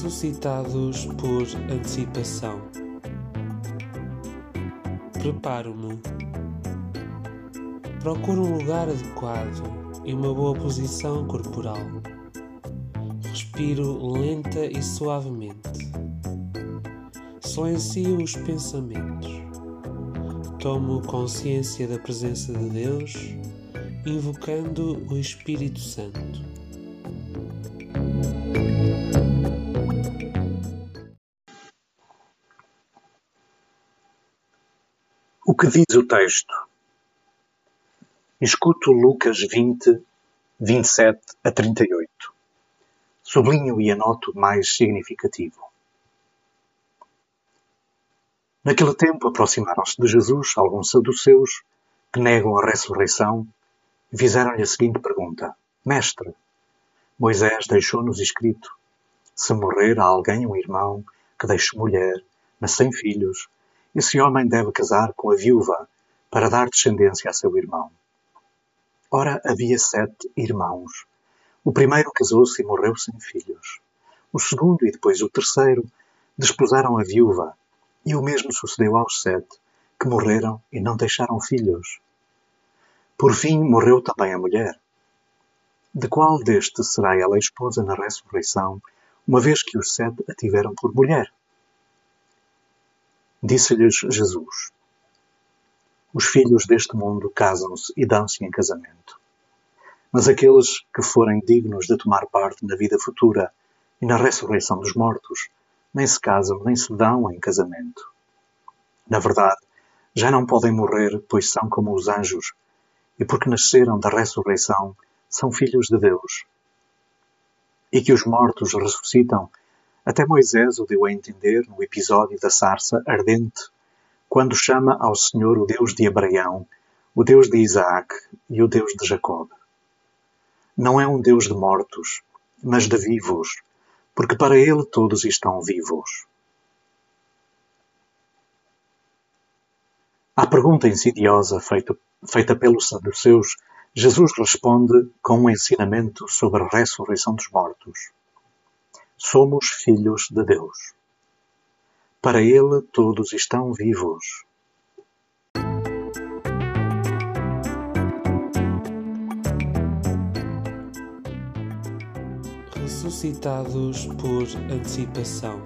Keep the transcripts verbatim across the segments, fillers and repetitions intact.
ressuscitados por antecipação. Preparo-me. Procuro um lugar adequado e uma boa posição corporal. Respiro lenta e suavemente. Silencio os pensamentos. Tomo consciência da presença de Deus, invocando o Espírito Santo. O que diz o texto? Escuto Lucas vinte, vinte e sete a trinta e oito. Sublinho e anoto o mais significativo. Naquele tempo aproximaram-se de Jesus alguns saduceus que negam a ressurreição e fizeram-lhe a seguinte pergunta: Mestre, Moisés deixou-nos escrito: se morrer a alguém um irmão que deixe mulher, mas sem filhos, esse homem deve casar com a viúva para dar descendência a seu irmão. Ora, havia sete irmãos. O primeiro casou-se e morreu sem filhos. O segundo e depois o terceiro desposaram a viúva, e o mesmo sucedeu aos sete, que morreram e não deixaram filhos. Por fim, morreu também a mulher. De qual destes será ela a esposa na ressurreição, uma vez que os sete a tiveram por mulher? Disse-lhes Jesus: os filhos deste mundo casam-se e dão-se em casamento. Mas aqueles que forem dignos de tomar parte na vida futura e na ressurreição dos mortos, nem se casam nem se dão em casamento. Na verdade, já não podem morrer, pois são como os anjos, e porque nasceram da ressurreição, são filhos de Deus. E que os mortos ressuscitam, até Moisés o deu a entender no episódio da sarça ardente, quando chama ao Senhor o Deus de Abraão, o Deus de Isaac e o Deus de Jacob. Não é um Deus de mortos, mas de vivos, porque para ele todos estão vivos. À pergunta insidiosa feita, feita pelos saduceus, Jesus responde com um ensinamento sobre a ressurreição dos mortos. Somos filhos de Deus. Para ele todos estão vivos. Ressuscitados por antecipação.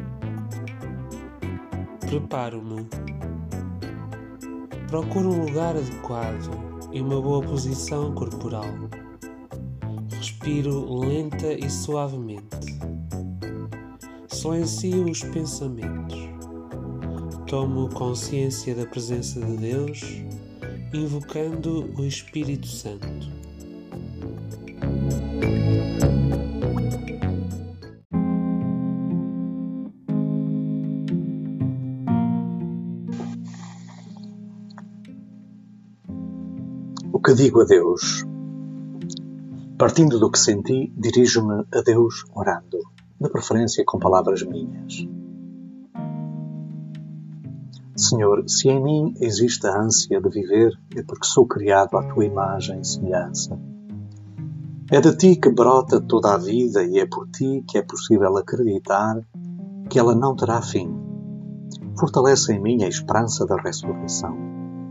Preparo-me. Procuro um lugar adequado e uma boa posição corporal. Respiro lenta e suavemente. Silencio os pensamentos. Tomo consciência da presença de Deus, invocando o Espírito Santo. O que digo a Deus? Partindo do que senti, dirijo-me a Deus orando, de preferência com palavras minhas. Senhor, se em mim existe a ânsia de viver, é porque sou criado à tua imagem e semelhança. É de ti que brota toda a vida e é por ti que é possível acreditar que ela não terá fim. Fortalece em mim a esperança da ressurreição.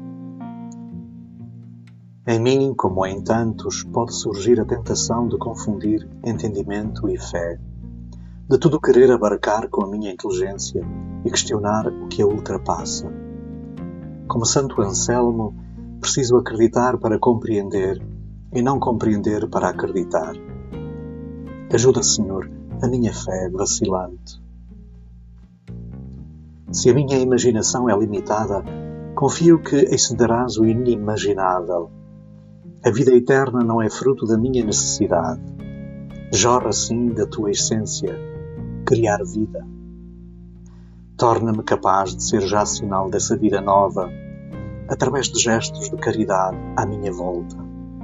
Em mim, como em tantos, pode surgir a tentação de confundir entendimento e fé, de tudo querer abarcar com a minha inteligência e questionar o que a ultrapassa. Como Santo Anselmo, preciso acreditar para compreender e não compreender para acreditar. Ajuda, Senhor, a minha fé vacilante. Se a minha imaginação é limitada, confio que excederás o inimaginável. A vida eterna não é fruto da minha necessidade. Jorra, sim, da tua essência, criar vida. Torna-me capaz de ser já sinal dessa vida nova, através de gestos de caridade à minha volta.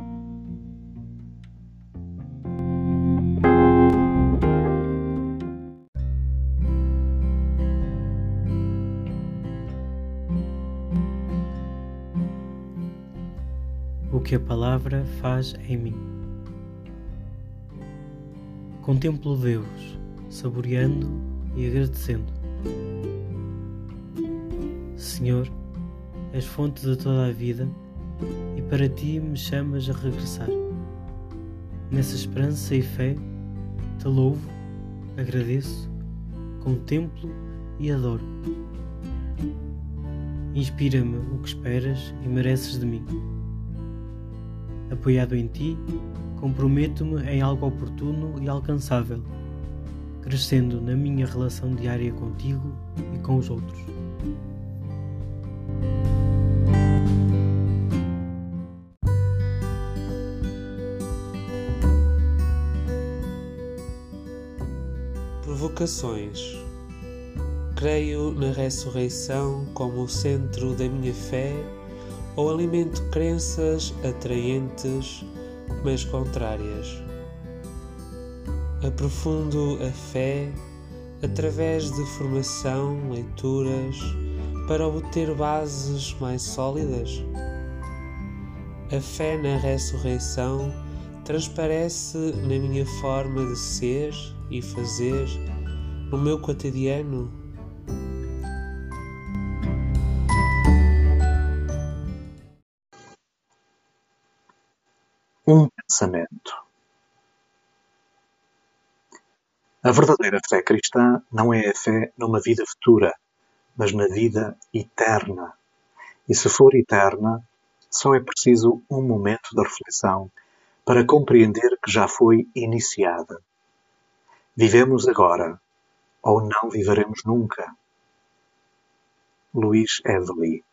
O que a palavra faz em mim. Contemplo Deus, saboreando e agradecendo. Senhor, és fonte de toda a vida e para ti me chamas a regressar. Nessa esperança e fé, te louvo, agradeço, contemplo e adoro. Inspira-me o que esperas e mereces de mim. Apoiado em ti, comprometo-me em algo oportuno e alcançável, crescendo na minha relação diária contigo e com os outros. Provocações. Creio na ressurreição como o centro da minha fé ou alimento crenças atraentes, mas contrárias? Aprofundo a fé através de formação, leituras, para obter bases mais sólidas? A fé na ressurreição transparece na minha forma de ser e fazer, no meu cotidiano? Um pensamento. A verdadeira fé cristã não é a fé numa vida futura, mas na vida eterna. E se for eterna, só é preciso um momento de reflexão para compreender que já foi iniciada. Vivemos agora, ou não viveremos nunca. Louis Eveley.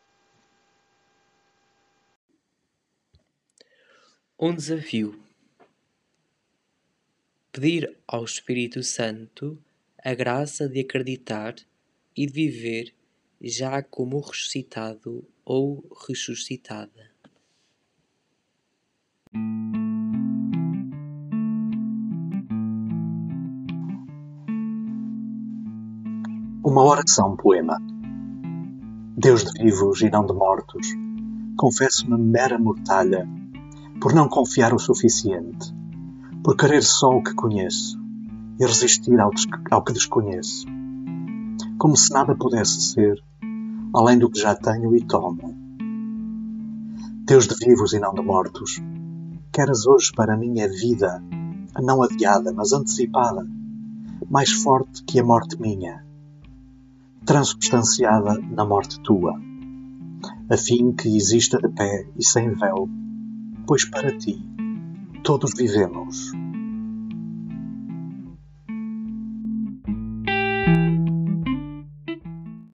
Um desafio. Pedir ao Espírito Santo a graça de acreditar e de viver já como ressuscitado ou ressuscitada. Uma oração poema. Deus de vivos e não de mortos, confesso-me mera mortalha, por não confiar o suficiente, por querer só o que conheço e resistir ao, ao que desconheço, como se nada pudesse ser além do que já tenho e tomo. Deus de vivos e não de mortos, queres hoje para mim a vida, não adiada, mas antecipada, mais forte que a morte minha, transubstanciada na morte tua, a fim que exista de pé e sem véu, pois para ti todos vivemos.